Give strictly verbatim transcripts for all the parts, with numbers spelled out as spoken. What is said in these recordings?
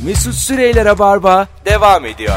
Mesut Süreyler'e barba devam ediyor.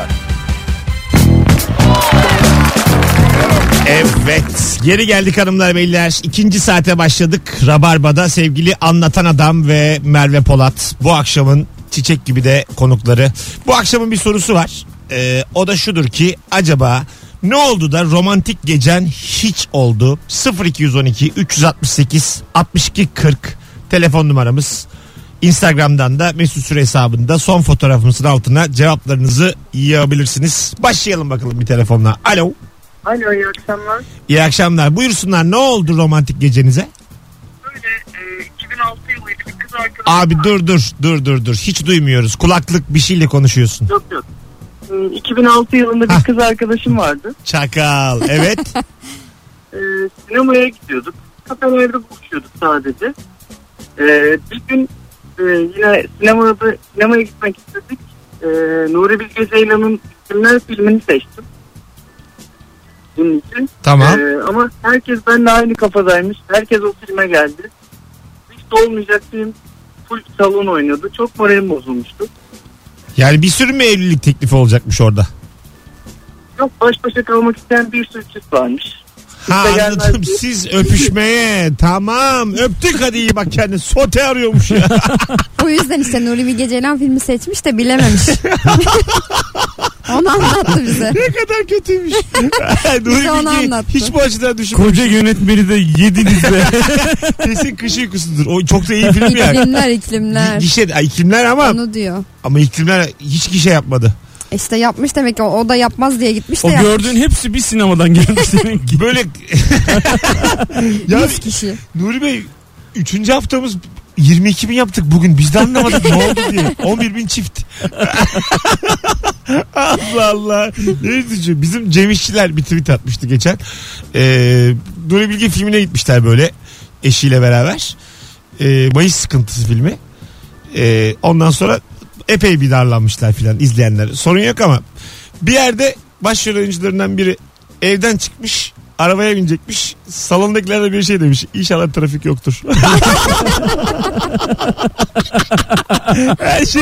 Evet, geri geldik hanımlar beyler. İkinci saate başladık. Rabarba'da sevgili Anlatan Adam ve Merve Polat. Bu akşamın çiçek gibi de konukları. Bu akşamın bir sorusu var. Ee, o da şudur ki acaba ne oldu da romantik gecen hiç oldu? sıfır iki on iki üç altı sekiz altmış iki kırk telefon numaramız. Instagram'dan da Mesut Süre hesabında son fotoğrafımızın altına cevaplarınızı yığabilirsiniz. Başlayalım bakalım bir telefonla. Alo. Alo, iyi akşamlar. İyi akşamlar. Buyursunlar, ne oldu romantik gecenize? Böyle e, iki bin altı yılıydı, bir kız arkadaşım. Abi var. dur dur dur dur dur. Hiç duymuyoruz. Kulaklık bir şeyle konuşuyorsun. Yok yok. E, iki bin altı yılında bir Hah. kız arkadaşım vardı. Çakal. Evet. e, sinemaya gidiyorduk. Kafelerde buluşuyorduk sadece. E, bir gün e, yine sinemada sinemaya gitmek istedik. E, Nuri Bilge Ceylan'ın Filmler filmini seçtim. Bunun için. Tamam. Ee, ama herkes benimle aynı kafadaymış. Herkes o filme geldi. Hiç de olmayacak film full salon oynuyordu. Çok moralim bozulmuştu. Yani bir sürü mü evlilik teklifi olacakmış orada? Yok, baş başa kalmak isteyen bir sürü çift varmış. Ha, İşte anladım. Siz öpüşmeye tamam öptük, hadi iyi bak kendine. Sote arıyormuş ya. O yüzden işte Nuri Bilge Ceylan filmi seçmiş de bilememiş. Onu anlattı bize. Ne kadar kötüymüş. Bize onu anlattı. Hiç bu açıdan düşünmemiş. Koca yönetmeni de yediniz be. Kesin Kış Uykusu'dur. O çok da iyi film yani. İklimler iklimler. Gişe, iklimler ama. Onu diyor. Ama iklimler hiç gişe yapmadı. İşte yapmış demek ki, o, o da yapmaz diye gitmiş de o yapmış. gördüğün hepsi bir sinemadan gelmiş demek ki. Böyle. yüz kişi. Nuri Bey, üçüncü haftamız yirmi iki bin yaptık bugün. Biz de anlamadık ne oldu diye. on bir bin çift. Allah Allah. Ne üzücü. Bizim Cem İşçiler bir tweet atmıştı geçen. Ee, Nuri Bilge filmine gitmişler böyle eşiyle beraber. Ee, Mayıs Sıkıntısı filmi. Ee, ondan sonra epey bir darlanmışlar filan izleyenler. Sorun yok ama bir yerde başrol oyuncularından biri evden çıkmış, arabaya binecekmiş. Salondakiler de bir şey demiş. İnşallah trafik yoktur. Her şey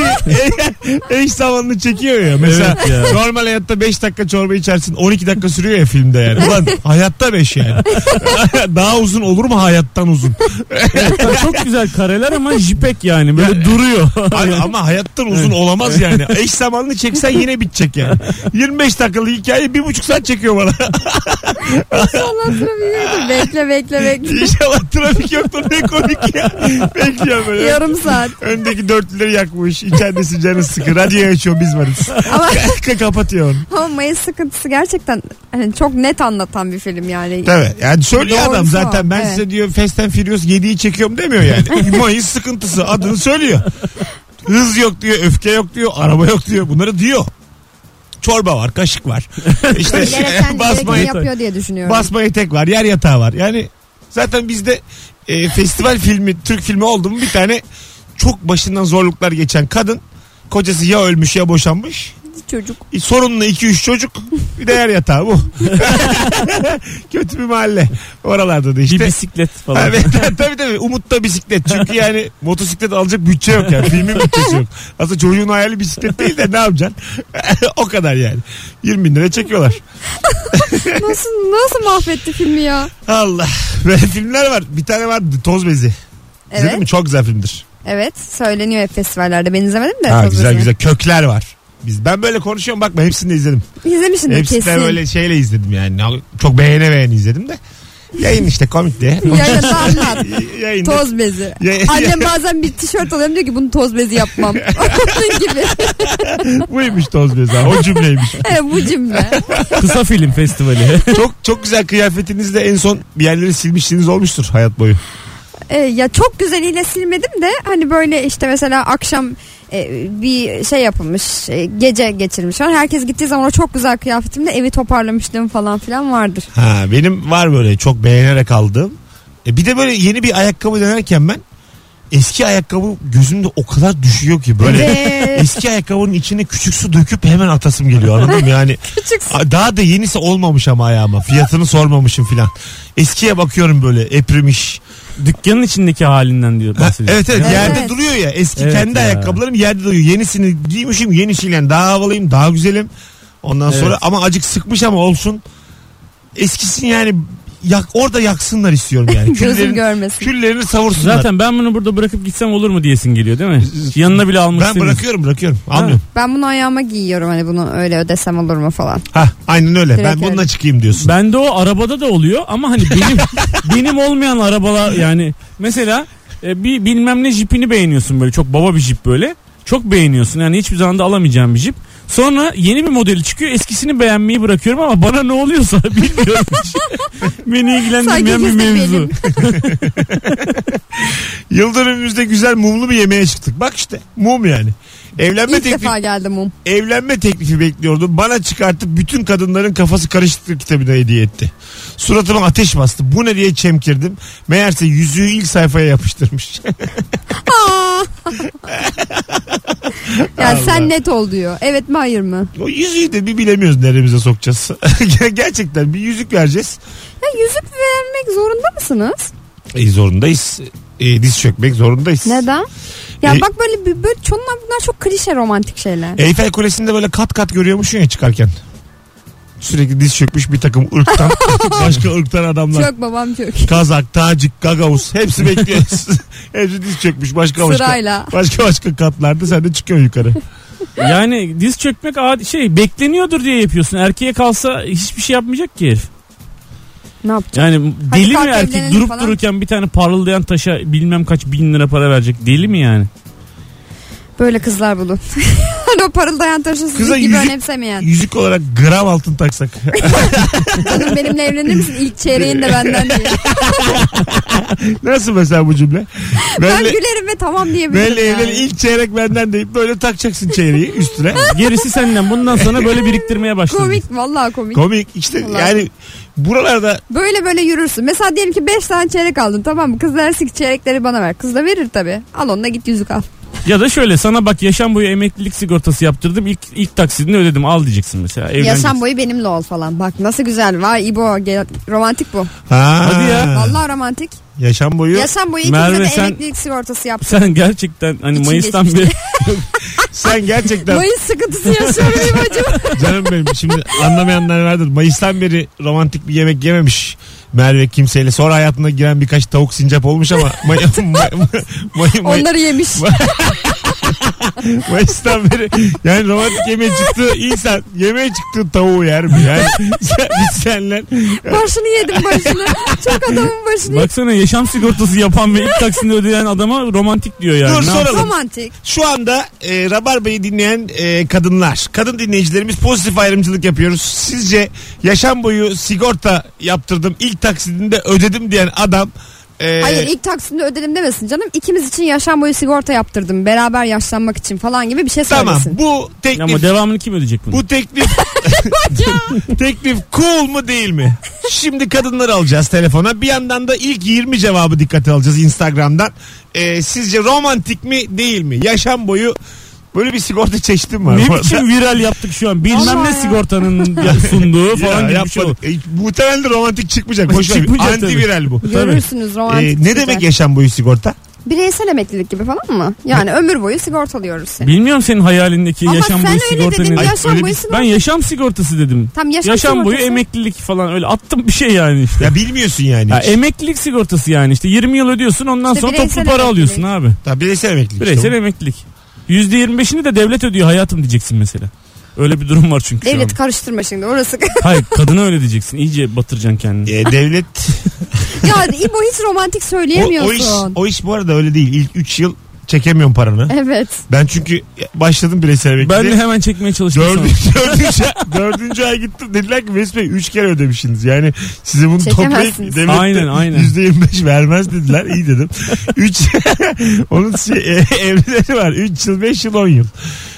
eş zamanlı çekiyor ya. Mesela evet ya. Normal hayatta beş dakika çorba içersin, on iki dakika sürüyor ya filmde yani. Ulan hayatta beş yani. Daha uzun olur mu hayattan uzun? Evet, çok güzel kareler ama jipek yani böyle ya, duruyor. Abi, ama hayattan uzun olamaz yani. Eş zamanlı çeksen yine bitecek yani. yirmi beş dakikalık hikaye bir buçuk saat çekiyor bana. İnşallah trafik yoktur. Bekle bekle bekle. İnşallah trafik yoktur. Ne komik ya. Bekliyorum böyle. Yarım saat. Öndeki dörtlüleri yakmış. İçeridesi canı sıkı. Radyoyu açıyor, biz varız. Ama kapatıyor onu. Ama Mayıs Sıkıntısı gerçekten hani çok net anlatan bir film yani. Tabii. Yani söylüyor Doğrusu adam zaten. O. Ben evet. size diyor Fast and Furious yediyi çekiyorum demiyor yani. Mayıs Sıkıntısı adını söylüyor. Hız yok diyor. Öfke yok diyor. Araba yok diyor. Bunları diyor. Çorba var, kaşık var. İşte gereken, basmayı yapıyor diye düşünüyorum. Basmayı tek var, yer yatağı var. Yani zaten bizde e, festival filmi, Türk filmi oldu mu bir tane çok başından zorluklar geçen kadın, kocası ya ölmüş ya boşanmış. Çocuk. E, sorunlu iki üç çocuk, bir de yer yatağı bu. Kötü bir mahalle. Oralarda da işte. Bir bisiklet falan. Evet, tabii tabii. Umut'ta bisiklet. Çünkü yani motosiklet alacak bütçe yok yani. Filmin bütçesi yok. Aslında çocuğun hayali bisiklet değil de ne yapacaksın? O kadar yani. yirmi bin lira çekiyorlar. Nasıl nasıl mahvetti filmi ya? Allah. Böyle filmler var. Bir tane var, Toz Bezi. Evet. İzledin mi? Çok güzel filmdir. Evet. Söyleniyor hep festivallerde. Ben izlemedim de. Ha, Toz güzel Bezi'ni. güzel. Kökler var. Biz, ben böyle konuşuyorum, bakma hepsini de izledim. İzlemişsindir Hepsini kesin. böyle şeyle izledim yani. Çok beğene beğeni izledim de. Yayın işte, komik diye. Yayında anlat. Yayında. Toz bezi. Yayın. Annem bazen bir tişört alıyorum, diyor ki bunu toz bezi yapmam. Onun gibi. Buymuş toz bezi. O cümleymiş. Evet, bu cümle. Kısa film festivali. Çok çok güzel kıyafetinizle en son bir yerleri silmişsiniz olmuştur hayat boyu. Ee, ya çok güzeliyle silmedim de hani böyle işte mesela akşam e, bir şey yapılmış, e, gece geçirmiş falan. Herkes gittiği zaman o çok güzel kıyafetimle evi toparlamışlığım falan filan vardır. Ha, benim var böyle çok beğenerek aldığım. E, bir de böyle yeni bir ayakkabı denerken ben eski ayakkabı gözümde o kadar düşüyor ki böyle Evet. eski ayakkabının içine küçük su döküp hemen atasım geliyor, anladın mı yani? Küçük su. A- daha da yenisi olmamış ama ayağıma, fiyatını sormamışım filan. Eskiye bakıyorum böyle eprimiş. Dükkanın içindeki halinden diyor Ha, bahsediyorsun. evet evet, Evet. yerde duruyor ya eski Evet kendi ya. ayakkabılarım yerde duruyor. Yenisini giymişim, yenisiyle daha havalıyım, daha güzelim. Ondan Evet. sonra ama acık sıkmış ama olsun. Eskisin yani, yak, orada yaksınlar istiyorum yani. Gözüm Küllerin, görmesin. küllerini savursunlar. Zaten ben bunu burada bırakıp gitsem olur mu diyesin geliyor değil mi? Yanına bile almak ben istemiyorsun. bırakıyorum bırakıyorum. Almıyorum. Ben bunu ayağıma giyiyorum, hani bunu öyle ödesem olur mu falan. Ha aynen öyle. Direkt ben bununla öyle. çıkayım diyorsun. Bende o arabada da oluyor ama hani benim benim olmayan arabalar yani mesela e, bir bilmem ne jipini beğeniyorsun, böyle çok baba bir jip, böyle çok beğeniyorsun yani hiçbir zaman da alamayacağım bir jip. Sonra yeni bir modeli çıkıyor, eskisini beğenmeyi bırakıyorum ama bana ne oluyorsa bilmiyorum hiç. Beni ilgilendirmeyen bir Sanki ikisi de mevzu. benim. Yıl dönümümüzde güzel mumlu bir yemeğe çıktık. Bak işte mum yani. Evlenme İlk teklifi, defa geldi mum. evlenme teklifi bekliyordum. Bana çıkartıp bütün kadınların kafası karışıktır kitabını hediye etti. Suratıma ateş bastı. Bu ne diye çemkirdim. Meğerse yüzüğü ilk sayfaya yapıştırmış. Aa! Ya Allah. sen net ol diyor. Evet mi hayır mı? O yüzüğü de bir bilemiyoruz neremize sokacağız. Gerçekten bir yüzük vereceğiz. Ya yüzük vermek zorunda mısınız? E, zorundayız. E, diz çökmek zorundayız. Neden? Ya E- bak böyle bir- böyle çoğunlar bunlar çok klişe romantik şeyler. Eyfel Kulesi'nde böyle kat kat görüyormuşsun ya çıkarken. Sürekli diz çökmüş bir takım ırktan. Başka ırktan adamlar. Çök babam çök. Kazak, Tacik, Gagavuz hepsi bekliyoruz. Hepsi diz çökmüş başka başka. Sırayla. Başka başka katlarda sen de çıkıyorsun yukarı. Yani diz çökmek adi şey, bekleniyordur diye yapıyorsun. Erkeğe kalsa hiçbir şey yapmayacak ki herif. Ne yapacak? Yani Hadi deli mi kalk erkek evlenelim durup falan. dururken bir tane parıldayan taşa bilmem kaç bin lira para verecek, deli mi yani? Böyle kızlar bulun. Hani o parıldayan taşı Kıza sizin gibi yüzük- önemsemeyen. Yüzük olarak gram altın taksak. Canım benimle evlenir misin? İlk çeyreğin de benden diye. Nasıl mesela bu cümle? Ben Benle, gülerim ve tamam diyebilirim benle yani. evlen ilk çeyrek benden deyip böyle takacaksın çeyreği üstüne. Gerisi senden. Bundan sonra böyle biriktirmeye başladın. Komik, vallahi komik. Komik işte Vallahi. yani buralarda Böyle böyle yürürsün. Mesela diyelim ki beş tane çeyrek aldın, tamam mı? Kız dersin ki çeyrekleri bana ver. Kız da verir tabii. Al onunla git yüzük al. Ya da şöyle, sana bak yaşam boyu emeklilik sigortası yaptırdım. İlk ilk taksidini ödedim. Al diyeceksin mesela. Evleneceksin. Yaşam boyu benimle ol falan. Bak nasıl güzel. Vay İbo. Gel- Romantik bu. ha, Hadi ya. Vallahi romantik. yaşam boyu Yaşam boyu Merve, ikimize de sen- emeklilik sigortası yaptım. Sen gerçekten hani İçin Mayıs'tan geçmişti. beri sen gerçekten Mayıs sıkıntısı yaşıyorum İbo'cum. canım benim şimdi anlamayanlar vardır. Mayıs'tan beri romantik bir yemek yememiş Merve kimseyle. Sonra hayatına giren birkaç tavuk sincap olmuş ama May- May- May- May- Onları yemiş. Mayıs'tan beri yani romantik yemeğe çıktığı insan yemeğe çıktığı tavuğu yer mi? Yani sen, biz senle Başını yedim başını. Çok adamın başını yedim. baksana, yaşam sigortası yapan ve ilk taksidini ödeyen adama romantik diyor yani. Dur, Ne soralım. yapsın? Romantik. şu anda e, Rabarba'yı dinleyen e, kadınlar, kadın dinleyicilerimiz, pozitif ayrımcılık yapıyoruz. Sizce yaşam boyu sigorta yaptırdım, ilk taksidinde ödedim diyen adam e, Hayır, ilk taksinde ödedim demesin canım. İkimiz için yaşam boyu sigorta yaptırdım. Beraber yaşlanmak için falan gibi bir şey tamam söylesin. bu teklif Ama devamını kim ödeyecek bunu? bu teklif teklif cool mu değil mi? Şimdi kadınları alacağız telefona. Bir yandan da ilk yirmi cevabı dikkate alacağız Instagram'dan. Ee, sizce romantik mi değil mi? Yaşam boyu böyle bir sigorta çeşidim var. Ne bu arada. biçim viral yaptık şu an? Bilmem Vallahi ne ya. sigortanın ya- sunduğu falan Ya, gibi bir şey oldu. yapmadık. E, muhtemelen de romantik çıkmayacak. Boş ver. Çıkmayacak Antiviral bu. Görürsünüz romantik. Ee, ne güzel. demek yaşam boyu sigorta? Bireysel emeklilik gibi falan mı? Yani ömür boyu sigortalıyoruz seni. Bilmiyorum senin hayalindeki Ama yaşam sen boyu öyle sigorta dedin, ne? Ay, yaşam öyle boyu bir- sigorta. Ben yaşam sigortası dedim. Tam yaşam, Yaşam boyu sigortası. emeklilik falan, öyle attım bir şey yani işte. Ya bilmiyorsun yani. Ya emeklilik sigortası yani işte yirmi yıl ödüyorsun, ondan İşte sonra toplu bireysel para emeklilik. alıyorsun abi. Tabii bireysel emeklilik. Bireysel işte emeklilik. yüzde yirmi beşini de devlet ödüyor hayatım diyeceksin mesela. Öyle bir durum var çünkü şu Devlet an. karıştırma şimdi orası. Hayır, kadına öyle diyeceksin. İyice batıracaksın kendini. bu. Ee, devlet Ya İbo hiç romantik o, söyleyemiyorsun. o iş o iş bu arada öyle değil. İlk üç yıl çekemiyorum paranı. Evet. Ben çünkü başladım bireysel emekliliğe. Ben de hemen çekmeye çalıştım. Dördüncü, sonra. dördüncü, dördüncü ay gittim. Dediler ki Mesut Bey üç kere ödemişsiniz. Yani size bunu toplayıp Çekemezsiniz. devlet Aynen, aynen. yüzde yirmi beş vermez dediler. İyi dedim. Üç, onun şey, e, evreleri var. Üç yıl, beş yıl, on yıl.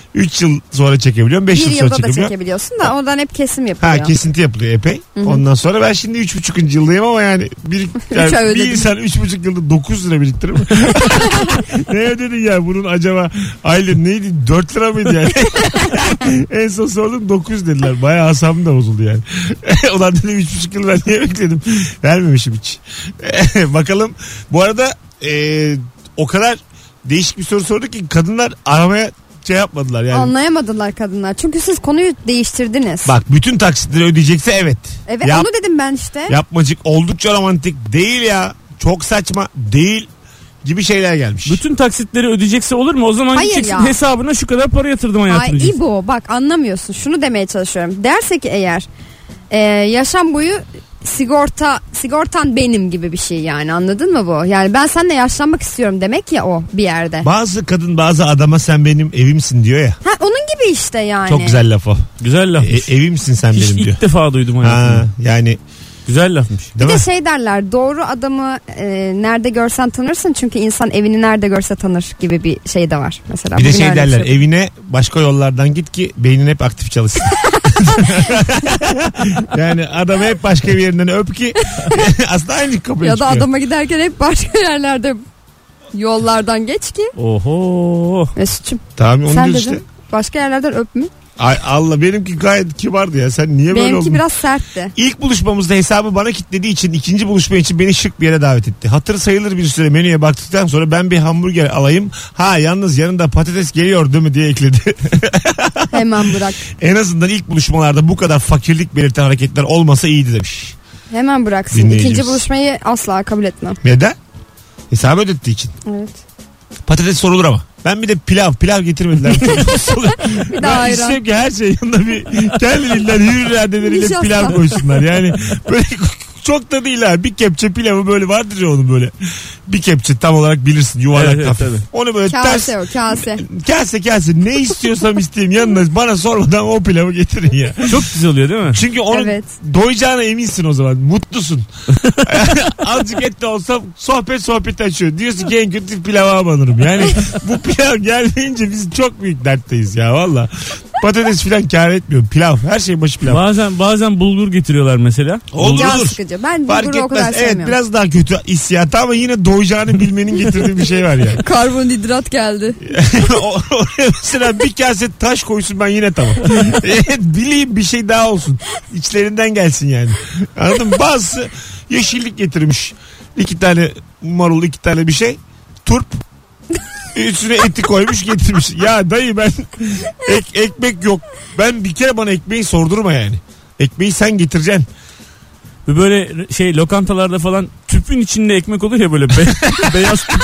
üç yıl sonra çekebiliyorum. beş Bir yıl sonra yılda da çekebiliyorum. çekebiliyorsun da oradan hep kesim yapılıyor. Ha kesinti yapılıyor epey. Hı hı. Ondan sonra ben şimdi üç buçukuncu yıldayım ama yani bir, yani ay bir ödedim. insan üç buçuk yılda dokuz lira biriktirir mi? Ne ödedin ya bunun acaba aylık neydi dört lira mıydı yani? En son sordum dokuz dediler. Bayağı asabım da bozuldu yani. Ulan dedim üç buçuk yıl ben niye bekledim? Vermemişim hiç. Bakalım bu arada e, o kadar değişik bir soru sorduk ki kadınlar aramaya şey yapmadılar yani. Anlayamadılar kadınlar. Çünkü siz konuyu değiştirdiniz. Bak bütün taksitleri ödeyecekse evet. Evet Yap- onu dedim ben işte. Yapmacık oldukça romantik değil ya. Çok saçma değil gibi şeyler gelmiş. Bütün taksitleri ödeyecekse olur mu? O zaman Hayır gideceksin ya. hesabına şu kadar para yatırdım hayatım Ay diyeceksin. İbo bak anlamıyorsun. Şunu demeye çalışıyorum. Derse ki eğer e, yaşam boyu sigorta sigortan benim gibi bir şey yani anladın mı bu? Yani ben seninle yaşlanmak istiyorum demek ya o bir yerde. Bazı kadın bazı adama sen benim evimsin diyor ya. Ha onun gibi işte yani. Çok güzel laf o. Güzel lafmış. E, evimsin sen Hiç benim diyor. ilk defa duydum Ha, hayatımda. yani Güzel lafmış. Bir değil de mi? şey derler doğru adamı e, nerede görsen tanırsın çünkü insan evini nerede görse tanır gibi bir şey de var mesela. Bir de Bugün şey öyle derler şey. evine başka yollardan git ki beynin hep aktif çalışsın. Yani adamı hep başka bir yerinden öp ki aslında aynı kapıya Ya da çıkıyor. adama giderken hep başka yerlerde yollardan geç ki. Oho. Mesut'cum Tamam onu sen diyor dedin işte. başka yerlerden öp mü? Ay Allah benimki gayet kibardı ya sen niye böyle Benimki oldun? biraz sertti. İlk buluşmamızda hesabı bana kilitlediği için ikinci buluşma için beni şık bir yere davet etti. Hatır sayılır bir süre menüye baktıktan sonra ben bir hamburger alayım. Ha yalnız yanında patates geliyor değil mi diye ekledi. Hemen bırak. En azından ilk buluşmalarda bu kadar fakirlik belirten hareketler olmasa iyiydi demiş. Hemen bıraksın. Dinleyicimiz. İkinci buluşmayı asla kabul etmem. Neden? Hesabı ödettiği için. Evet. Patates sorulur ama. Ben bir de pilav pilav getirmediler. Bir de Ben ayran. istiyorum ki her şey yanında bir kendiliğinden hür iradeleriyle Nişasta. pilav koysunlar. Yani böyle çok da değil ha. Bir kepçe pilavı böyle vardır ya onun böyle. Bir kepçe tam olarak bilirsin yuvarlak Evet, hafif. evet, tabii. Onu böyle ters. Kase o kase. Kase kase ne istiyorsam isteyeyim yanına bana sormadan o pilavı getirin ya. Çok güzel oluyor değil mi? Çünkü onun Evet. doyacağına eminsin o zaman. Mutlusun. Azıcık et de olsa sohbet sohbet açıyor. Diyorsun ki en kötü pilava abanırım. Yani bu pilav gelmeyince biz çok büyük dertteyiz ya valla. Patates filan kâr etmiyor. Pilav. Her şey başı pilav. Bazen bazen bulgur getiriyorlar mesela. Olur Can olur. sıkıcı. Ben Fark bulguru o etmez. kadar Evet sevmiyorum. biraz daha kötü hissiyatı ama yine doyacağını bilmenin getirdiği bir şey var yani. Karbonhidrat geldi. O- Oraya mesela bir kase taş koysun ben yine tamam. Evet, bileyim bir şey daha olsun. İçlerinden gelsin yani. Anladın mı? Bazısı yeşillik getirmiş. İki tane marul iki tane bir şey. Turp. Üstüne eti koymuş getirmiş. Ya dayı ben ek- ekmek yok. Ben bir kere bana ekmeği sordurma yani. Ekmeği sen getireceksin. Ve böyle şey lokantalarda falan tüpün içinde ekmek olur ya böyle be- beyaz tüp.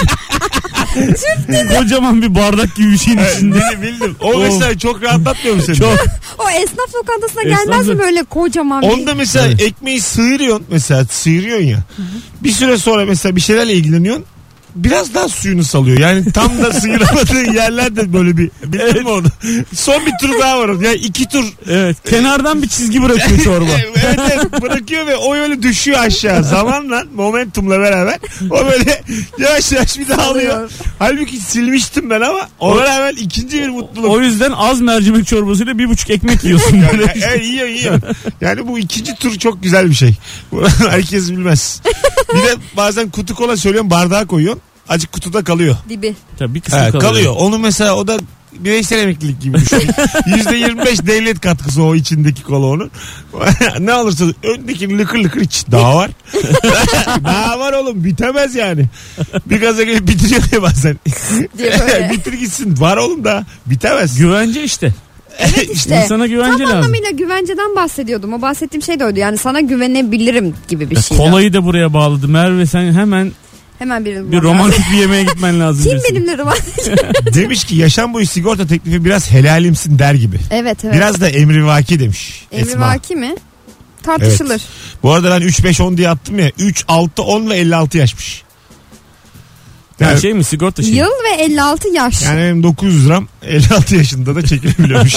Kocaman bir bardak gibi bir şeyin içinde. Bildim, bildim. O mesela çok rahatlatmıyor mu seni? Çok. O esnaf lokantasına Esnaf gelmez mi lok- böyle kocaman bir... Onda mesela Evet. ekmeği sıyırıyorsun mesela sıyırıyorsun ya. Bir süre sonra mesela bir şeylerle ilgileniyorsun. Biraz daha suyunu salıyor. Yani tam da sıyıramadığın yerlerde böyle bir bildin mi onu? Son bir tur daha var. Yani iki tur. Evet. Kenardan bir çizgi bırakıyor çorba. evet, evet bırakıyor ve o öyle düşüyor aşağı. Zamanla momentumla beraber o böyle yavaş yavaş bir daha alıyor. Alıyor. Halbuki silmiştim ben ama ona rağmen ikinci bir mutluluk. O yüzden az mercimek çorbasıyla bir buçuk ekmek yiyorsun Yani, böyle. e, yiyor yiyor. Yani bu ikinci tur çok güzel bir şey. Herkes bilmez. Bir de bazen kutu kola söylüyorum bardağa koyuyorsun. Acık kutuda kalıyor. Dibi. Tabii bir kısmı Ha, kalıyor. kalıyor. Onu mesela o da bireysel emeklilik gibi düşün. yüzde yirmi beş devlet katkısı o içindeki kola onun. Ne olursa öndeki lıkır lıkır iç. Daha var. Daha var oğlum bitemez yani. Bir gaza gelip bitiriyor ya bazen. Diye böyle. Bitir gitsin. Var oğlum daha. Bitemez. Güvence işte. İşte İnsana güvence tam lazım. anlamıyla güvenceden bahsediyordum. O bahsettiğim şey de oydu. Yani sana güvenebilirim gibi bir şey. Kolayı da buraya bağladı. Merve sen hemen Hemen bir, bir romantik bir yemeğe gitmen lazım. Kim diyorsun. benimle romantik? Demiş ki yaşam boyu sigorta teklifi biraz helalimsin der gibi. Evet evet. Biraz da emrivaki demiş. Esma. Emrivaki mi? Tartışılır. Bu arada ben üç beş on diye attım ya. üç altı on ve elli altı yaşmış. Yani Yani- şey mi, sigorta şeyi? Yıl ve elli altı yaş. Yani benim dokuz yüz liram elli altı yaşında da çekilebiliyormuş.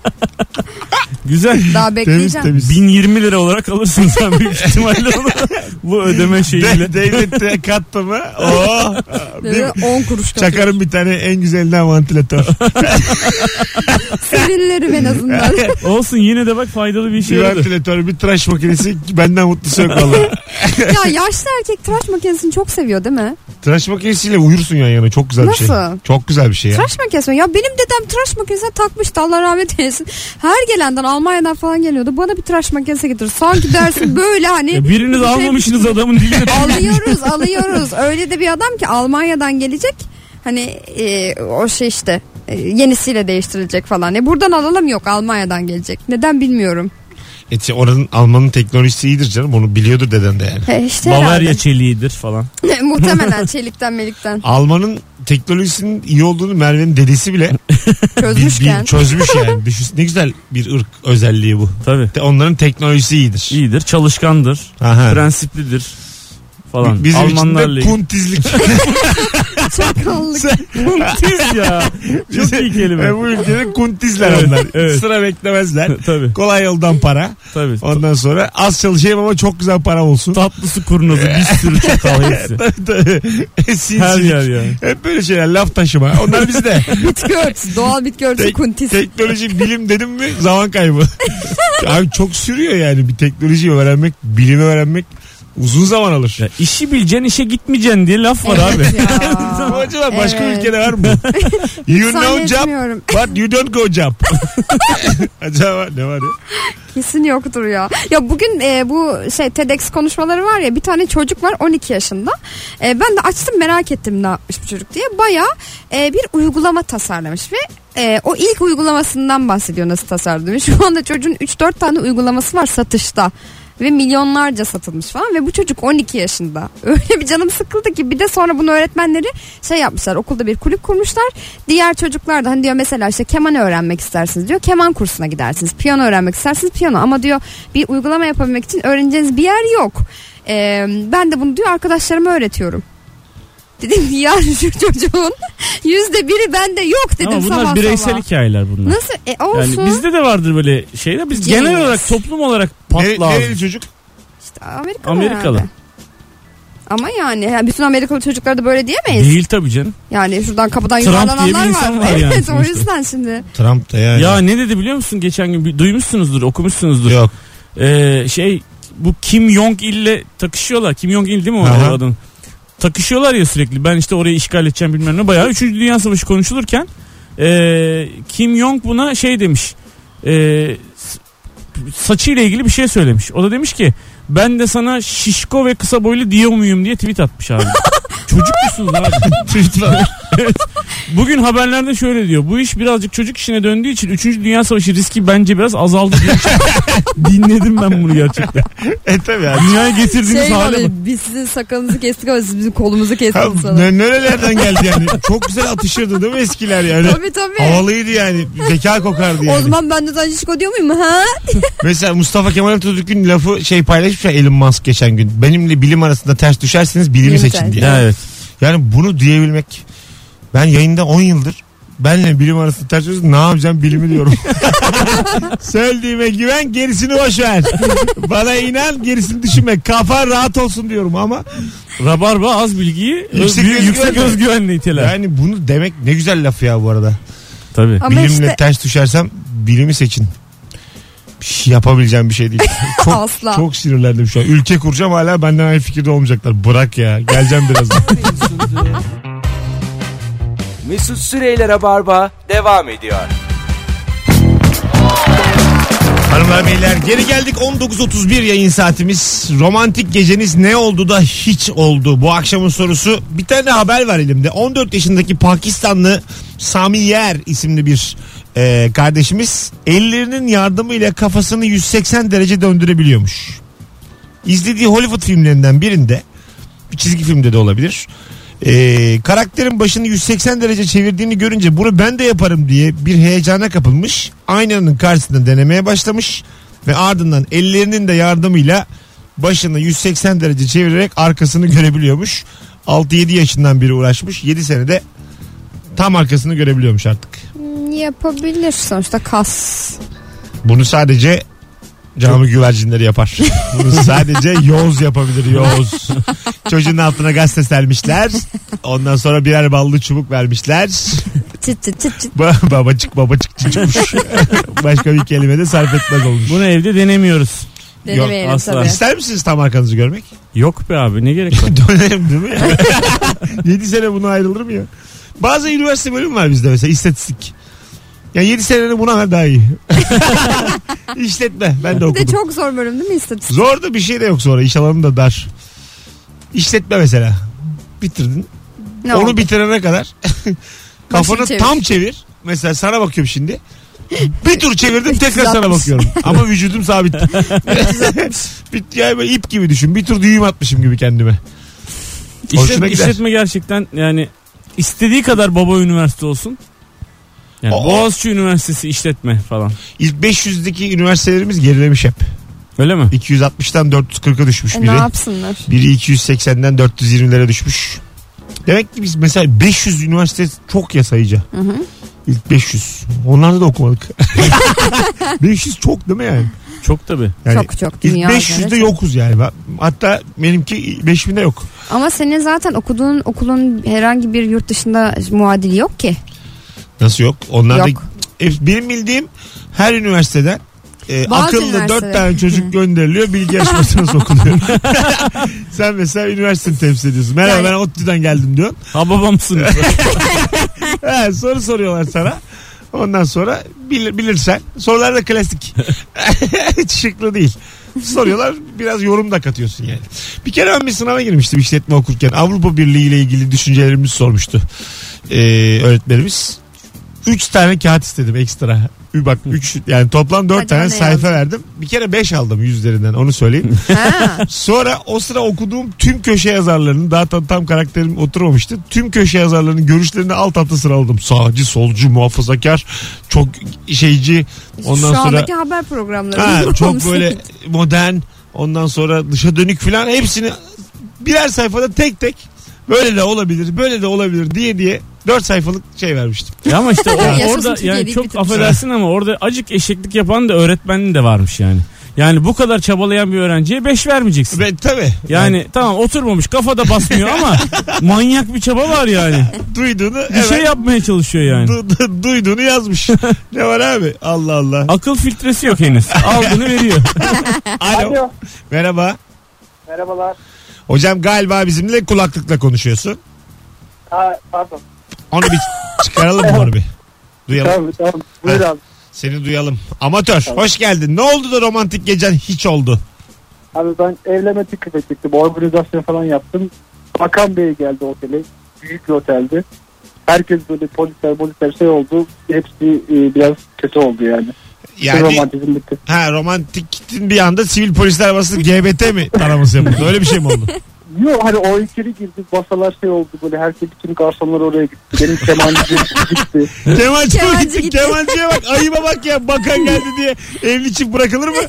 Güzel. Daha temiz bekleyeceğim. temiz. bin yirmi lira olarak alırsın sen büyük ihtimalle onu. Bu ödeme şeyiyle. De, devlette kattı mı? Oh. Bir- on kuruş katıyor. Çakarım bir tane en güzelinden vantilatör. Serinlerim en azından. Olsun, yine de bak faydalı bir şey Bir oldu. vantilatör, bir tıraş makinesi, benden mutlusu yok valla. Ya yaşlı erkek tıraş makinesini çok seviyor değil mi? Tıraş makinesiyle uyursun yan yana, çok güzel bir şey. Nasıl? Çok güzel bir şey ya. Tıraş makinesi mi? Ya benim dedem tıraş makinesine takmıştı, Allah rahmet eylesin. Her gelenden Almanya'dan falan geliyordu. Bana bir tıraş makinesi getir. Sanki dersin böyle hani. Ya biriniz bir şey- almamışsınız adamın diline. Alıyoruz alıyoruz. Öyle de bir adam ki Almanya'dan gelecek. Hani e, o şey işte e, yenisiyle değiştirilecek falan. E, buradan alalım, yok Almanya'dan gelecek. Neden bilmiyorum. Et, oranın Alman'ın teknolojisi iyidir canım, onu biliyordur deden de yani. He, işte Bavarya herhalde. çeliğidir falan. Muhtemelen çelikten melikten Alman'ın teknolojisinin iyi olduğunu Merve'nin dedesi bile bir, çözmüşken. bir çözmüş yani. Düşün, ne güzel bir ırk özelliği bu. Tabii. De onların teknolojisi iyidir. İyidir, çalışkandır, Aha. prensiplidir falan. Bizim Almanlarla için de ilgili. kuntizlik. Çakallık. Kuntiz ya. Çok iyi kelime. E, bu ülkede kuntizler Evet, onlar. evet. Sıra beklemezler. Tabii. Kolay yoldan para. Tabii. Ondan sonra az çalışayım ama çok güzel para olsun. Tatlısı kurnozu, bir sürü çatal hepsi. Tabii, tabii. Sinsilik. Her yer yani. Hep böyle şeyler, laf taşıma. Onlar bizde. Bitki örtüsü. Doğal bitki örtüsü Tek- kuntis. teknoloji, bilim dedim mi zaman kaybı. Abi çok sürüyor yani bir teknolojiyi öğrenmek, bilimi öğrenmek uzun zaman alır. Ya işi bileceksin, işe gitmeyeceksin diye laf var abi. Evet ya. Ama acaba başka Evet. ülkede var mı? You know job Zannetmiyorum. but you don't go job. Acaba ne var ya? Kesin yoktur ya. Ya bugün e, bu şey TEDx konuşmaları var ya, bir tane çocuk var on iki yaşında. E, ben de açtım, merak ettim ne yapmış bu çocuk diye. Baya e, bir uygulama tasarlamış ve e, o ilk uygulamasından bahsediyor, nasıl tasarlamış. Şu anda çocuğun üç dört tane uygulaması var satışta. Ve milyonlarca satılmış falan ve bu çocuk on iki yaşında. Öyle bir canım sıkıldı ki, bir de sonra bunu öğretmenleri şey yapmışlar, okulda bir kulüp kurmuşlar. Diğer çocuklar da hani diyor mesela işte keman öğrenmek istersiniz diyor, keman kursuna gidersiniz. Piyano öğrenmek istersiniz, piyano. Ama diyor bir uygulama yapabilmek için öğreneceğiniz bir yer yok. Ee, ben de bunu diyor arkadaşlarıma öğretiyorum. Dedim ya şu çocuğun yüzde biri bende yok dedim. Ama bunlar sabah bireysel sabah. hikayeler bunlar. Nasıl? E, olsun. Yani bizde de vardır böyle şeyler. Biz Genius. genel olarak, toplum olarak Nere, patlı nereli ağız. çocuk? İşte Amerikalı. Amerikalı. herhalde. Ama yani, yani bütün Amerikalı çocuklar da böyle diyemeyiz. Değil tabii canım. Yani şuradan kapıdan Trump yuvarlananlar diye bir insan var yani Evet, o sonuçta. yüzden şimdi. Trump da yani. Ya ne dedi biliyor musun geçen gün? Bir duymuşsunuzdur, okumuşsunuzdur. Yok. Ee, şey bu Kim Jong il'le takışıyorlar. Kim Jong il değil mi o Aha. adın? Takışıyorlar ya sürekli. Ben işte orayı işgal edeceğim bilmem ne. Bayağı üçüncü Dünya Savaşı konuşulurken ee, Kim Jong buna şey demiş. Ee, saçıyla ilgili bir şey söylemiş. O da demiş ki ben de sana şişko ve kısa boylu diyor muyum diye tweet atmış abi. Çocuk musunuz abi? Tweet var. Evet. Bugün haberlerde şöyle diyor. Bu iş birazcık çocuk işine döndüğü için üçüncü Dünya Savaşı riski bence biraz azaldı diye. Dinledim ben bunu gerçekten. E tabi abi. Dünyaya getirdiğiniz Şey hale var, bak. biz sizin sakalınızı kestik ama siz bizim kolumuzu Ha, kestiniz sana. ne- nerelerden geldi yani? Çok güzel atışırdı değil mi eskiler yani? Tabii tabii. Havalıydı yani. Zeka kokardı yani. O zaman ben de sana şişko diyor muyum ha? Mesela Mustafa Kemal Atatürk'ün lafı şey paylaşmış ya Elon Musk geçen gün. Benimle bilim arasında ters düşerseniz bilimi Bilim seçin tercih. diye. Ya evet. Yani bunu diyebilmek. Ben yayında on yıldır benle bilim arasında ters düşerseniz ne yapacağım bilimi diyorum. Söylediğime güven, gerisini boş ver. Bana inan, gerisini düşünme. Kafan rahat olsun diyorum ama Rabarba az bilgiyi Yüksek yüksek, özgüvenle. yüksek özgüvenle iteler. yani bunu demek ne güzel laf ya bu arada. Tabii. Ama Bilimle işte ters düşersem bilimi seçin. Bir şey yapabileceğim bir şey değil. Çok, Asla. çok sinirlendim şu an. Ülke kuracağım, hala benden aynı fikirde olmayacaklar. Bırak ya. Geleceğim birazdan. Mesut Süreyler'e barba devam ediyor. Hanımlar beyler geri geldik. on dokuz otuz bir yayın saatimiz. Romantik geceniz ne oldu da hiç oldu? Bu akşamın sorusu. Bir tane haber var elimde. on dört yaşındaki Pakistanlı Sami Yer isimli bir e, kardeşimiz ellerinin yardımıyla kafasını yüz seksen derece döndürebiliyormuş. İzlediği Hollywood filmlerinden birinde, bir çizgi filmde de olabilir, Ee, karakterin başını yüz seksen derece çevirdiğini görünce bunu ben de yaparım diye bir heyecana kapılmış. Aynanın karşısında denemeye başlamış ve ardından ellerinin de yardımıyla başını yüz seksen derece çevirerek arkasını görebiliyormuş. altı yedi yaşından biri uğraşmış. yedi senede tam arkasını görebiliyormuş artık. Yapabilir sonuçta kas. Bunu sadece cami güvercinleri yapar. Bunu sadece yoz yapabilir, yoz. Çocuğun altına gazete sermişler. Ondan sonra birer ballı çubuk vermişler. Çıt çıt çıt çıt. Ba- babacık babacık çıkmış. Başka bir kelime de sarf etmez olmuş. Bunu evde denemiyoruz. Denemeyelim asla. tabii. İster misiniz tam arkanızı görmek? Yok be abi, ne gerek var? Dönerim değil mi? yedi sene buna ayrılır mı ya? Bazı üniversite bölümü var bizde mesela, istatistik. Yani yedi seneni buna ver daha iyi. İşletme. Ben de Bir okudum. de çok zor bölüm değil mi istatistik? Zor da bir şey de yok sonra. İş alanı da dar. İşletme mesela. Bitirdin. Ne Onu oldu? bitirene kadar kafanı çevir. tam çevir. Mesela sana bakıyorum şimdi. Bir tur çevirdim tekrar sana bakıyorum. Ama vücudum sabit. Bir, yani böyle ip gibi düşün. Bir tur düğüm atmışım gibi kendime. Hoşuna İşlet, gider. işletme gerçekten yani istediği kadar baba üniversite olsun. Yani O- Boğaziçi Üniversitesi işletme falan. İlk beş yüzdeki üniversitelerimiz gerilemiş hep. Öyle mi? iki yüz altmıştan dört yüz kırka düşmüş E, biri. ne yapsınlar? Biri iki yüz seksenden dört yüz yirmilere düşmüş. Demek ki biz mesela beş yüz üniversite çok ya sayıca. Hı hı. İlk beş yüz. Onlarda da okumadık. beş yüz çok değil mi yani? Çok tabii. Yani Çok çok dünya İlk beş yüzde üzerinde. yokuz yani. Ben- Hatta benimki beş binde yok. Ama senin zaten okuduğun okulun herhangi bir yurt dışında muadili yok ki. Nasıl yok? Onlar Yok. da e, benim bildiğim her üniversiteden e, Bazı akıllı üniversiteler. dört tane çocuk gönderiliyor, bilgi yarışmasına sokuluyor. Sen mesela üniversiteni temsil ediyorsun. Merhaba, Yani- ben ODTÜ'den geldim diyorsun. Ha babam sınıfı. He, soru soruyorlar sana. Ondan sonra bil, bilirsen. Sorular da klasik. Hiç şıklı değil. Soruyorlar, biraz yorum da katıyorsun yani. Bir kere ben bir sınava girmiştim işletme okurken. Avrupa Birliği ile ilgili düşüncelerimizi sormuştu ee, öğretmenimiz. Üç tane kağıt istedim ekstra. Bak üç, yani toplam dört Hadi tane bana sayfa yazdın. verdim. Bir kere beş aldım yüzlerinden, onu söyleyeyim. Ha. Sonra o sıra okuduğum tüm köşe yazarlarının, daha tam, tam karakterim oturmamıştı. Tüm köşe yazarlarının görüşlerini alt alta sıraladım. Sağcı, solcu, muhafazakar, çok şeyci. Ondan Şu sonra andaki haber programları. ha, çok böyle modern, ondan sonra dışa dönük falan, hepsini birer sayfada tek tek böyle de olabilir, böyle de olabilir diye diye dört sayfalık şey vermiştim. Ya ama işte o- Yaşasın orada Türkiye'yi yani çok bitirmiş. affedersin ama orada acık eşeklik yapan da öğretmenin de varmış yani. Yani bu kadar çabalayan bir öğrenciye beş vermeyeceksin. Ben tabii. Yani tamam, oturmamış, kafada basmıyor ama manyak bir çaba var yani. Duyduğunu Bir evet, şey yapmaya çalışıyor yani. du- du- duyduğunu yazmış. Ne var abi? Allah Allah. Akıl filtresi yok henüz. Aldığını veriyor. Alo. Alo. Merhaba. Merhabalar. Hocam galiba bizimle kulaklıkla konuşuyorsun. Ha, pardon. Onu bir çıkaralım mı onu bir? Duyalım. Tamam tamam. Buyur Ha. abi. Seni duyalım. Amatör hoş geldin. Ne oldu da romantik gecen hiç oldu? Abi ben evlenme teklif ettim. Organizasyon falan yaptım. Bakan Bey geldi otele. Büyük bir oteldi. Herkes böyle polisler polisler şey oldu. Hepsi e, biraz kötü oldu yani. Yani Romantizm bitti. ha, romantiktin bir anda sivil polisler arasında G B T mi taraması yapıldı? Öyle bir şey mi oldu? Yok hani o içeri girdik, masalar şey oldu böyle, herkes bütün garsonlar oraya gitti. Benim kemancı gitti. Kemancı mı Kemancı gittik? gitti. Kemancıya bak, ayıba bak ya, bakan geldi diye evli çift bırakılır mı?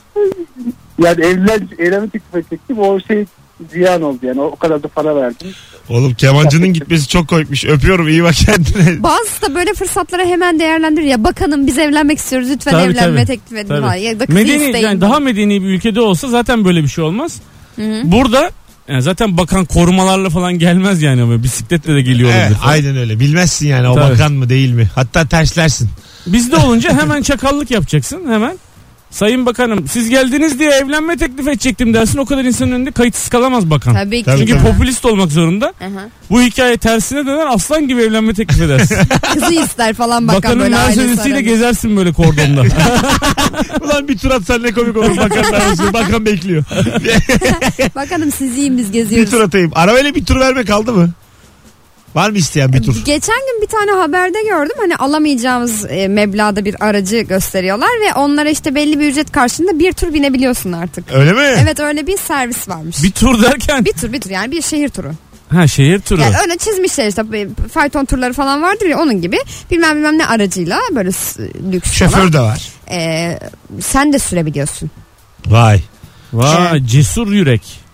Yani evlen, evlenme teklif edecektim, o şey ziyan oldu yani, o kadar da para verdim. Oğlum kemancının gitmesi çok komikmiş. Öpüyorum, iyi bak kendine. Bazısı da böyle fırsatları hemen değerlendirir ya. Bakanım biz evlenmek istiyoruz, lütfen Tabii, evlenme tabii. teklif edin. Tabii. Ha, ya da kızı Medeni, isteyin. yani daha medeni bir ülkede olsa zaten böyle bir şey olmaz. Burada yani zaten bakan korumalarla falan gelmez yani, ama bisikletle de geliyor Evet, olabilir falan. aynen öyle. Bilmezsin yani o Tabii. bakan mı değil mi? Hatta terslersin. Bizde olunca hemen çakallık yapacaksın hemen. Sayın Bakanım siz geldiniz diye evlenme teklif edecektim dersin. O kadar insanın önünde kayıtsız kalamaz bakan. Tabii ki. Tabii, Çünkü tabii. popülist olmak zorunda. Aha. Bu hikaye tersine döner, aslan gibi evlenme teklif edersin. Kızı ister falan bakan Bakanın böyle ailesi Mercedes'iyle arasında. gezersin böyle kordonda. Ulan bir tur atsan ne komik olur, bakan arasında. Bakan bekliyor. Bakanım siz yiyin biz Bir geziyoruz. tur atayım. Arabayla bir tur verme kaldı mı? Var mı isteyen bir tur? Geçen gün bir tane haberde gördüm, hani alamayacağımız e, meblağda bir aracı gösteriyorlar ve onlara işte belli bir ücret karşılığında bir tur binebiliyorsun artık. Öyle mi? Evet, öyle bir servis varmış. Bir tur derken. Bir tur bir tur yani bir şehir turu. Ha, şehir turu. Yani öyle çizmişler işte, e, fayton turları falan vardır ya, onun gibi bilmem bilmem ne aracıyla böyle s- lüks Şoför falan. de var. E, sen de sürebiliyorsun. Vay. Vay, cesur yürek.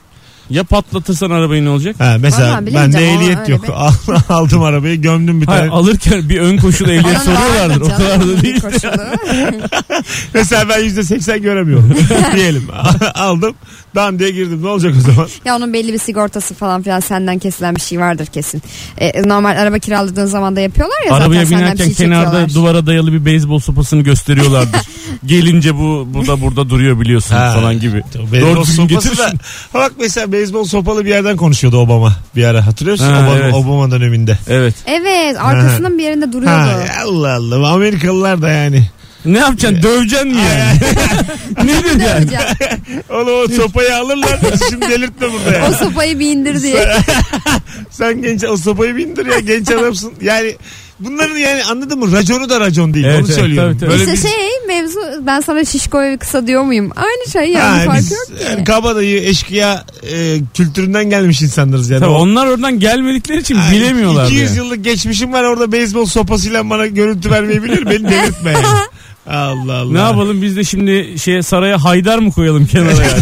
Ya patlatırsan arabayı ne olacak? Ha, mesela Vallahi bende bilemeyeceğim ama ehliyet yok. öyle Aldım arabayı, gömdüm bir Hayır, tane. alırken bir ön koşulu ehliyet soruyorlardır. O kadar da değil. Mesela ben yüzde seksen göremiyorum. Diyelim. Aldım. Dan diye girdim. Ne olacak o zaman? Ya onun belli bir sigortası falan filan senden kesilen bir şey vardır kesin. Ee, normal araba kiraladığın zaman da yapıyorlar ya Arabaya zaten senden bir binerken şey kenarda çekiyorlar. duvara dayalı bir beyzbol sopasını gösteriyorlardır. Gelince bu bu da burada duruyor biliyorsun Ha, falan gibi. Beyzbol Doğru düzgün sopası getir da. şunu. Ha bak mesela beyzbol sopalı bir yerden konuşuyordu Obama bir ara. Hatırlıyorsun Ha, Obama, evet. Obama döneminde. Evet. Evet, arkasının bir yerinde duruyordu. Ha, Allah Allah. Amerikalılar da yani. Ne yapacaksın? Döveceksin mi yani? Nedir yani? Döveceğim. Oğlum o sopayı alırlar. Şimdi delirtme burada O yani. sopayı bir indir diye. Sen genç o sopayı bindir ya, genç adamsın. Yani bunların yani anladın mı? Raconu da racon değil. Evet, Onu evet, söylüyorum. tabii, tabii. Böyle İşte biz- şey mevzu, ben sana şişko ve kısa diyor muyum? Aynı şey yani, Ha, fark biz yok ki. yani kabadayı, eşkıya e, kültüründen gelmiş insanlarız yani. Tabii O- onlar oradan gelmedikleri için Ha, bilemiyorlar. iki yüz yani. yıllık geçmişim var orada, beyzbol sopasıyla bana görüntü vermeyebilir. Beni delirtme yani. Allah Allah. Ne yapalım biz de şimdi şeye saraya Haydar mı koyalım kenara yani?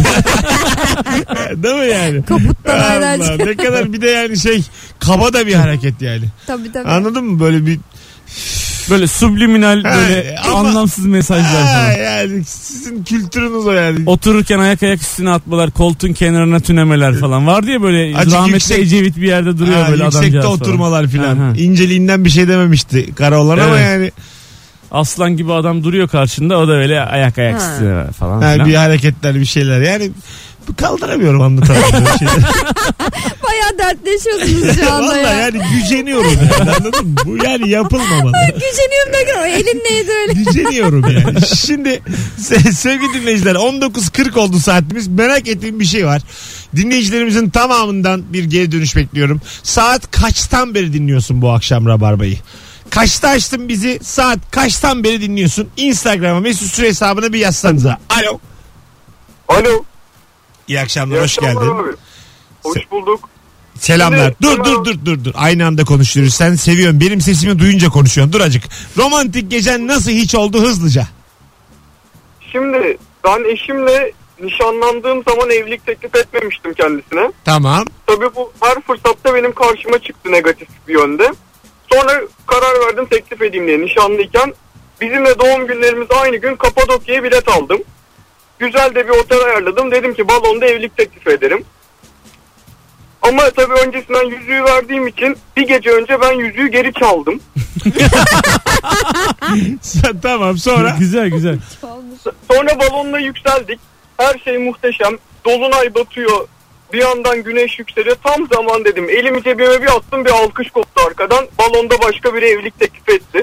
Değil mi yani? Kaputtan Allah, aylarca. ne kadar bir de yani şey, kaba da bir hareket yani. Tabii tabii. Anladın mı? Böyle bir Böyle subliminal Ha, böyle ama- anlamsız mesajlar ha, falan. yani sizin kültürünüz o yani. Otururken ayak ayak üstüne atmalar, koltuğun kenarına tünemeler falan. Vardı ya böyle Azıcık rahmetli yüksek- Ecevit bir yerde duruyor Ha, böyle yüksekte adamcağız falan. oturmalar filan. Aha. İnceliğinden bir şey dememişti Karaoğlan ama Evet. yani Aslan gibi adam duruyor karşında, o da öyle ayak ayak Ha. üstüne falan ha, filan. bir hareketler, bir şeyler yani kaldıramıyorum anlatamıyorum böyle şeyleri. Bayağı dertleşiyorsunuz şu anda Valla ya. yani güceniyorum yani, anladın mı? Bu yani yapılmamalı. Güceniyorum da o elin neydi öyle? Güceniyorum yani. Şimdi se- sevgili dinleyiciler, on dokuz kırk oldu saatimiz. Merak ettiğim bir şey var. Dinleyicilerimizin tamamından bir geri dönüş bekliyorum. Saat kaçtan beri dinliyorsun bu akşam Rabarba'yı? Kaçta açtın bizi? Saat kaçtan beri dinliyorsun? Instagram'a Mesut Süre hesabına bir yazsanıza. Alo. Alo. İyi akşamlar, İyi hoş akşamlar geldin. abi. Hoş bulduk. Selamlar. Şimdi- Dur dur dur dur dur. Aynı anda konuşuyoruz. Sen seviyorsun. Benim sesimi duyunca konuşuyorsun. Dur acık. Romantik gecen nasıl hiç oldu, hızlıca. Şimdi ben eşimle nişanlandığım zaman evlilik teklif etmemiştim kendisine. Tamam. Tabii bu her fırsatta benim karşıma çıktı negatif bir yönde. Sonra karar verdim teklif edeyim diye nişanlıyken. Bizimle doğum günlerimiz aynı gün, Kapadokya'ya bilet aldım. Güzel de bir otel ayarladım. Dedim ki balonda evlilik teklif ederim. Ama tabii öncesinden yüzüğü verdiğim için bir gece önce ben yüzüğü geri çaldım. Tamam, sonra. Güzel güzel. Sonra balonla yükseldik. Her şey muhteşem. Dolunay batıyor. Bir yandan güneş yükseliyor. Tam zaman dedim. Elimi cebime bir attım, bir alkış koptu arkadan. Balonda başka biri evlilik teklif etti.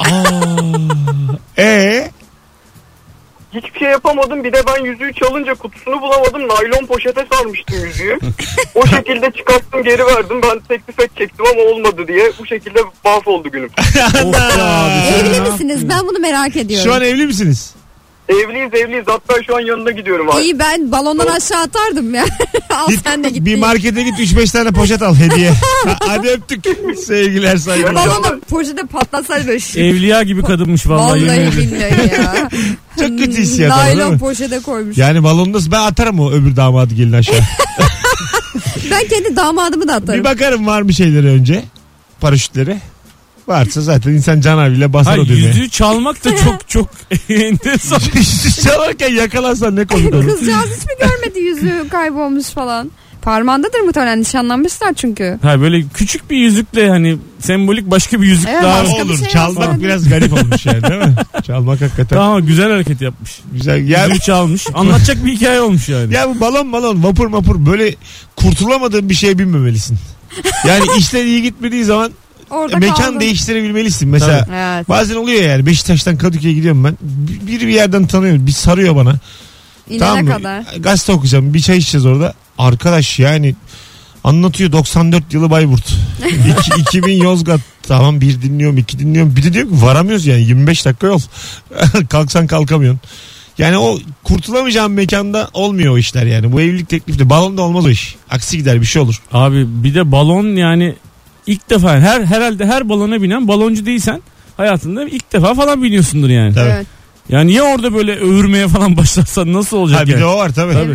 Ee, Hiçbir şey yapamadım. Bir de ben yüzüğü çalınca kutusunu bulamadım. Naylon poşete sarmıştım yüzüğü. O şekilde çıkarttım, geri verdim. Ben teklif edecektim ama olmadı diye. Bu şekilde mahvoldu günüm. Of be abi. sen Evli ne misiniz? Ben bunu merak ediyorum. şu an evli misiniz? Evliyiz evliyiz. Hatta şu an yanına gidiyorum abi. İyi, ben balondan aşağı atardım ya. Al Git, sen de git. bir markete git, üç beş tane poşet al hediye. Ha, hadi öptük. Sevgiler, saygılar. Balonda poşete patlasaydı böyle şık. Evliya gibi kadınmış vallahi. yemin Vallahi ederim. billahi ya. Çok kötü hissiyat ama, değil Naylon mi? poşete koymuş. Yani balonda ben atarım o öbür damadı gelin aşağı. Ben kendi damadımı da atarım. Bir bakarım var mı şeyleri önce. Paraşütleri. Varsa zaten insan canavriyle basar Hayır, o düğmeye. yüzüğü çalmak da çok çok enteresan. Çalarken yakalansan ne komik olur. Kızcağız hiç mi görmedi yüzüğü kaybolmuş falan? Parmağındadır muhtemelen, nişanlanmışlar çünkü. Ha böyle küçük bir yüzükle hani sembolik başka bir yüzük Evet, daha. başka bir Olur. şey Çalmak yapsana. biraz garip olmuş yani, değil mi? Çalmak hakikaten Tamam, güzel hareket yapmış. güzel. Ya, Yüzüğü çalmış. Anlatacak bir hikaye olmuş yani. ya bu balon balon, vapur mapur, böyle kurtulamadığın bir şeye binmemelisin. Yani işler iyi gitmediği zaman Orada mekan kaldın. değiştirebilmelisin. Mesela Evet. bazen oluyor yani, Beşiktaş'tan Kadıköy'e gidiyorum ben. Bir, bir bir yerden tanıyor. Bir sarıyor bana. İnene Tamam mı? kadar. Gazete okuyacağım. Bir çay içeceğiz orada. Arkadaş yani anlatıyor doksan dört yılı Bayburt. İki- iki bin Yozgat. Tamam, bir dinliyorum, iki dinliyorum. Bir de diyor ki varamıyoruz yani, yirmi beş dakika yol. Kalksan kalkamıyorsun. Yani o kurtulamayacağın mekanda olmuyor o işler yani. Bu evlilik teklifi, balonda olmaz o iş. Aksi gider, bir şey olur. Abi bir de balon yani ilk defa her herhalde her balona binen baloncu değilsen hayatında ilk defa falan biniyorsundur yani. Tabii. Evet. Yani ya orada böyle övürmeye falan başlarsan nasıl olacak Ha, bir yani? de o var tabii. Tabii. Evet.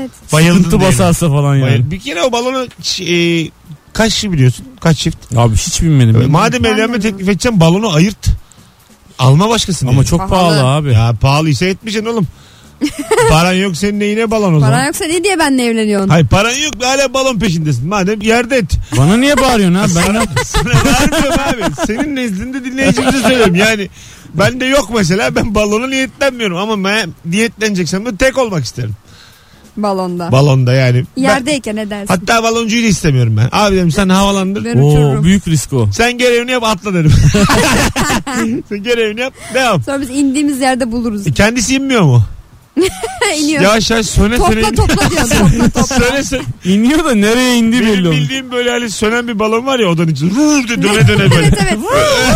Evet. Bayıldın Sıkıntı diyelim. basarsa falan yani. Bayıl- Bir kere o balonu e, kaç kişi biliyorsun? Kaç çift? Abi hiç bilmedim. E, Madem Ben de evlenme mi? teklif edeceğim balonu ayırt. Alma başkasını. Ama yani. çok pahalı, Pahalı. abi. Ya pahalıysa etmeyeceksin oğlum. Paran yok senin neyine balon o zaman? Paran yoksa ne diye benle evleniyorsun? Hayır paran yok hala balon peşindesin. Madem yerde et. Bana niye bağırıyorsun abi? Ben Sana vermiyorum abi. Senin nezdinde dinleyicimize söylüyorum. Yani ben de yok mesela ben balona niyetlenmiyorum. Ama ben niyetleneceksem de tek olmak isterim. Balonda. Balonda yani. Ben- Yerdeyken edersin. hatta baloncuyu da istemiyorum ben. Abi dedim sen havalandır. Ben Oo, uçururum. büyük risk o. Sen görevini yap atla derim. Sen görevini yap devam. Sonra biz indiğimiz yerde buluruz. E, kendisi inmiyor mu? İniyor. Yavaş yavaş söne söne. Topla topla diyor. Topla topla. Söne söne. İniyor da nereye indi Benim belli olmuyor. bildiğim böyle hani sönen bir balon var ya odanın içinde. Vur diye döne döne böyle. Evet evet.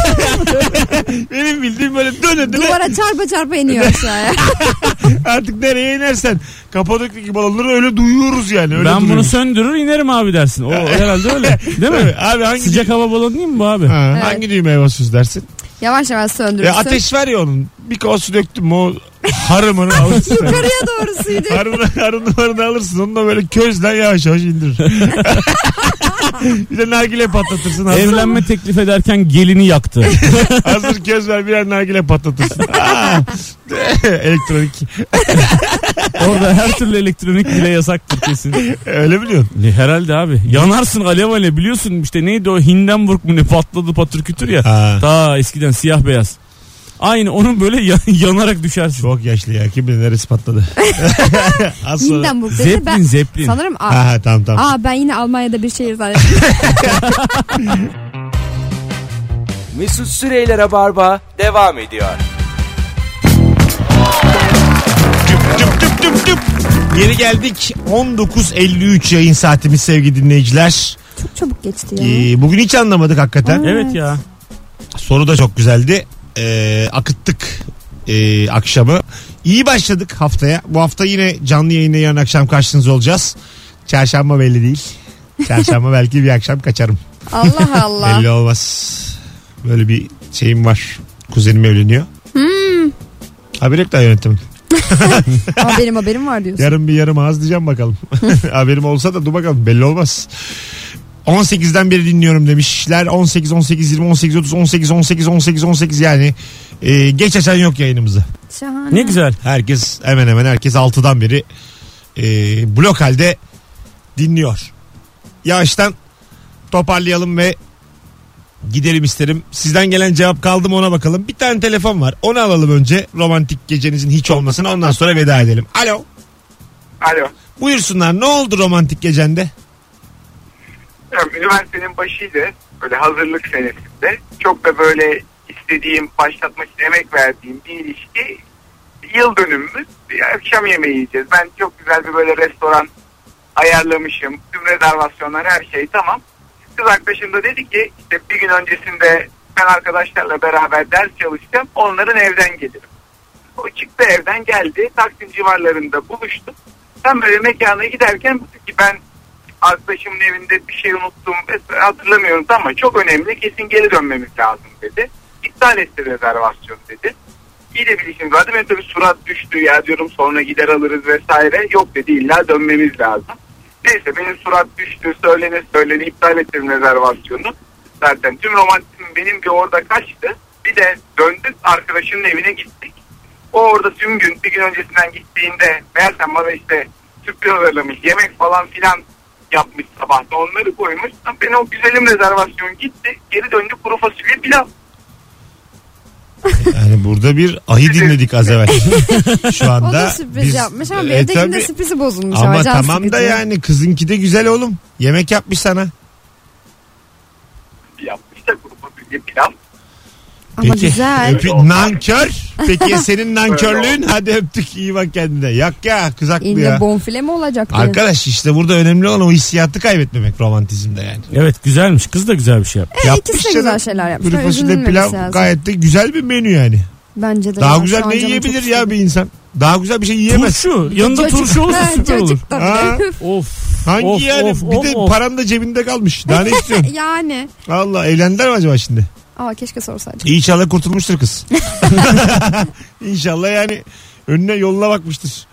Benim bildiğim böyle döne döne. Duvara çarpa çarpa iniyor aşağıya. Artık nereye inersen Kapadokya'daki balonları öyle duyuyoruz yani. Öyle Ben bunu duruyoruz. söndürür inerim abi dersin. O herhalde öyle. Değil mi? Evet, abi hangi Sıcak hava balonu değil mi bu abi? Ha, Evet. Hangi düğmeye basıyoruz dersin? Yavaş yavaş E, söndürürsün. ateş var ya onun. Bir kova su döktüm mü o harımını alırsın. Yukarıya doğru suydu. Harını, harını harını alırsın. Onu da böyle közden yavaş yavaş indirir. Bir de nargile patlatırsın. Hazır, Evlenme teklif ederken gelini yaktı. hazır köz ver birer nargile patlatırsın. Aa, elektronik. Orada her türlü elektronik bile yasaktır kesin. Öyle biliyorsun. Ne, herhalde abi. Yanarsın alev alev biliyorsun işte neydi o Hindenburg mu ne patladı patır kütür ya. Ha. Ta eskiden siyah beyaz. Aynı onun böyle ya- yanarak düşersin. Çok yaşlı ya. Kim bilir neresi patladı. Az sonra. Hindenburg dedi. Zeppelin Ben Zeppelin. sanırım Ha, aa, ha, tamam tamam. aa ben yine Almanya'da bir şehir zannettim. Mesut Süreyler'e barba devam ediyor. Tüp tüp tüp tüp tüp. Geri geldik. on dokuz elli üç yayın saatimiz sevgili dinleyiciler. Çok çabuk geçti ya. Ee, bugün hiç anlamadık hakikaten. Evet ya. Soru da çok güzeldi. Ee, akıttık ee, akşamı. İyi başladık haftaya. Bu hafta yine canlı yayında yarın akşam karşınızda olacağız. Çarşamba belli değil. Çarşamba belki bir akşam kaçarım. Allah Allah. Belli olmaz. Böyle bir şeyim var. Kuzenim evleniyor. Hmm. Haber yok daha yönetimin. Ama benim haberim var diyorsun. Yarın bir yarım ağız diyeceğim bakalım. Haberim olsa da dur bakalım belli olmaz. on sekizden beri dinliyorum demişler. on sekiz, on sekiz, yirmi, on sekiz, otuz, on sekiz, on sekiz, on sekiz, on sekiz yani e, geç açan yok yayınımızı. Şahane. Ne güzel. Herkes hemen hemen herkes altıdan beri e, blok halde dinliyor. Yavaştan toparlayalım ve gidelim isterim. Sizden gelen cevap kaldı mı ona bakalım. Bir tane telefon var. Onu alalım önce. Romantik gecenizin hiç olmasına ondan sonra veda edelim. Alo. Alo. Buyursunlar. Ne oldu romantik gecende? Üniversitenin başıydı. Böyle hazırlık senesinde. Çok da böyle istediğim, başlatmak için emek verdiğim bir ilişki. Yıl dönümümüz. Bir akşam yemeği yiyeceğiz. Ben çok güzel bir böyle restoran ayarlamışım. Tüm rezervasyonlar her şey tamam. Kız arkadaşım da dedi ki işte bir gün öncesinde ben arkadaşlarla beraber ders çalışacağım. Onların evden gelirim. O çıktı evden geldi. Taksim civarlarında buluştuk. Ben böyle mekana giderken dedi ki ben arkadaşımın evinde bir şey unuttum hatırlamıyorum ama çok önemli kesin geri dönmemiz lazım dedi. İptal etti rezervasyon dedi. İyi de bir işimiz vardı. Benim tabii surat düştü ya diyorum sonra gider alırız vesaire. Yok dedi illa dönmemiz lazım. Neyse benim surat düştü söylene söylene iptal ettim rezervasyonu. Zaten tüm romantizm benim bir orada kaçtı. Bir de döndük arkadaşımın evine gittik. O orada tüm gün bir gün öncesinden gittiğinde meğersem bana işte sürpriz hazırlamış yemek falan filan yapmış sabahta onları koymuş. Ben o güzelim rezervasyon gitti. Geri döndü kuru fasulye pilav. Yani burada bir ayı dinledik az evvel. Şu anda. O da sürpriz biz- yapmış ama E, bir ötekinde tabii. sürprizi bozulmuş. Ama can tamam sıkıcı. da yani kızınki de güzel oğlum. Yemek yapmış sana. Yapmış da kuru fasulye pilav. Ama güzel. öpü- nankör. Peki senin nankörlüğün hadi öptük iyi bak kendine. Yak ya kız haklı İlle ya. bonfile mi olacak? diye. Arkadaş işte burada önemli olan o hissiyatı kaybetmemek romantizmde yani. Evet güzelmiş. Kız da güzel bir şey yaptı. E, Yapmış ikisi de canım. güzel şeyler yapmış. Kuru fasulye Üzülmemesi pilav lazım. gayet de güzel bir menü yani. Bence de. Daha ya, güzel şu an ne canım yiyebilir çok ya istedi. bir insan? Daha güzel bir şey yiyemez. Turşu. Yanında Cacık. turşu olursa Ha, süper olur. cacık da Ha. bile. Of. Hangi Of, yani? of, bir of, de of. paran da cebinde kalmış. Daha ne istiyorsun? Yani. Allah evlendiler mi acaba şimdi? Aa keşke sorsaydım. İnşallah kurtulmuştur kız. İnşallah yani önüne yoluna bakmıştır.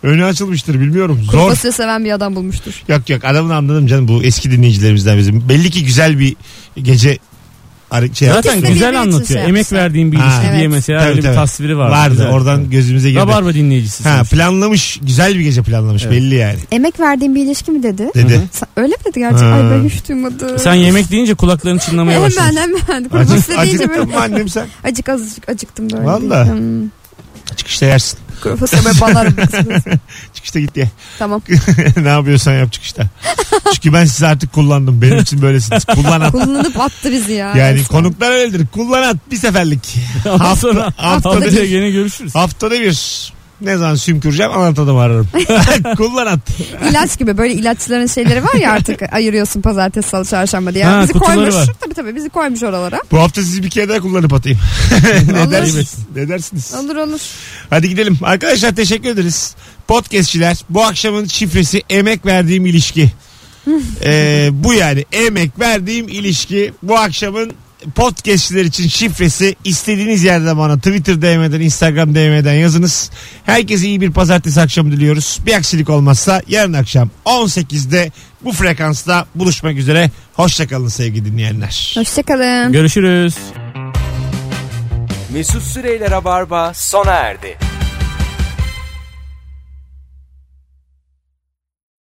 Önü açılmıştır bilmiyorum. Kuru Zor. fasulye seven bir adam bulmuştur. Yok yok adamını anladım canım, bu eski dinleyicilerimizden bizim. Belli ki güzel bir gece şey Zaten İkisi de güzel birbiri için anlatıyor. şey Emek yapmışlar. verdiğim bir Ha. ilişki diye Evet. mesela Tabii, öyle tabii. bir tasviri var. vardı. Güzel. Oradan gözümüze girdi. Rabarba dinleyicisi. Ha, sonuçta. planlamış, güzel bir gece planlamış, Evet. belli yani. Emek verdiğim bir ilişki mi dedi? Dedi. Sen- öyle mi dedi gerçekten? Ha. Ay ben hiç duymadım. Sen yemek deyince kulakların çınlamaya Hemen başladı. hemen. Kuru Acık, fasulye deyince acıktın böyle. mı annem sen? Acık azıcık acıktım böyle. Vallahi. Hmm. Çıkışta yersin. Kuru fasulye böyle banarım. Çıkışta git ye. Tamam. Ne yapıyorsan yap çıkışta. Çünkü ben sizi artık kullandım. Benim için böylesiniz. Kullan at. Kullanıp attı bizi ya. Yani resmen. konuklar öyledir. Kullan at bir seferlik. Ondan sonra haftada, haftada gene görüşürüz. haftada bir. Ne zaman sümküreceğim anlatadım ararım. Kullan at. İlaç gibi böyle ilaçların şeyleri var ya artık ayırıyorsun pazartesi, salı, çarşamba diye. Ha, bizi kutuları koymuş. var. Tabii tabii bizi koymuş oralara. Bu hafta sizi bir kere daha kullanıp atayım. ne Olur. dersiniz? Ne dersiniz? Olur olur. Hadi gidelim. Arkadaşlar teşekkür ederiz. Podcastçiler, bu akşamın şifresi emek verdiğim ilişki. ee, bu yani emek verdiğim ilişki. Bu akşamın podcastçiler için şifresi. İstediğiniz yerde bana Twitter D M'den, Instagram D M'den yazınız. Herkese iyi bir pazartesi akşamı diliyoruz. Bir aksilik olmazsa yarın akşam on sekizde bu frekansta buluşmak üzere. Hoşçakalın sevgili dinleyenler. Hoşçakalın. Görüşürüz. Mesut Süreyle Rabarba sona erdi.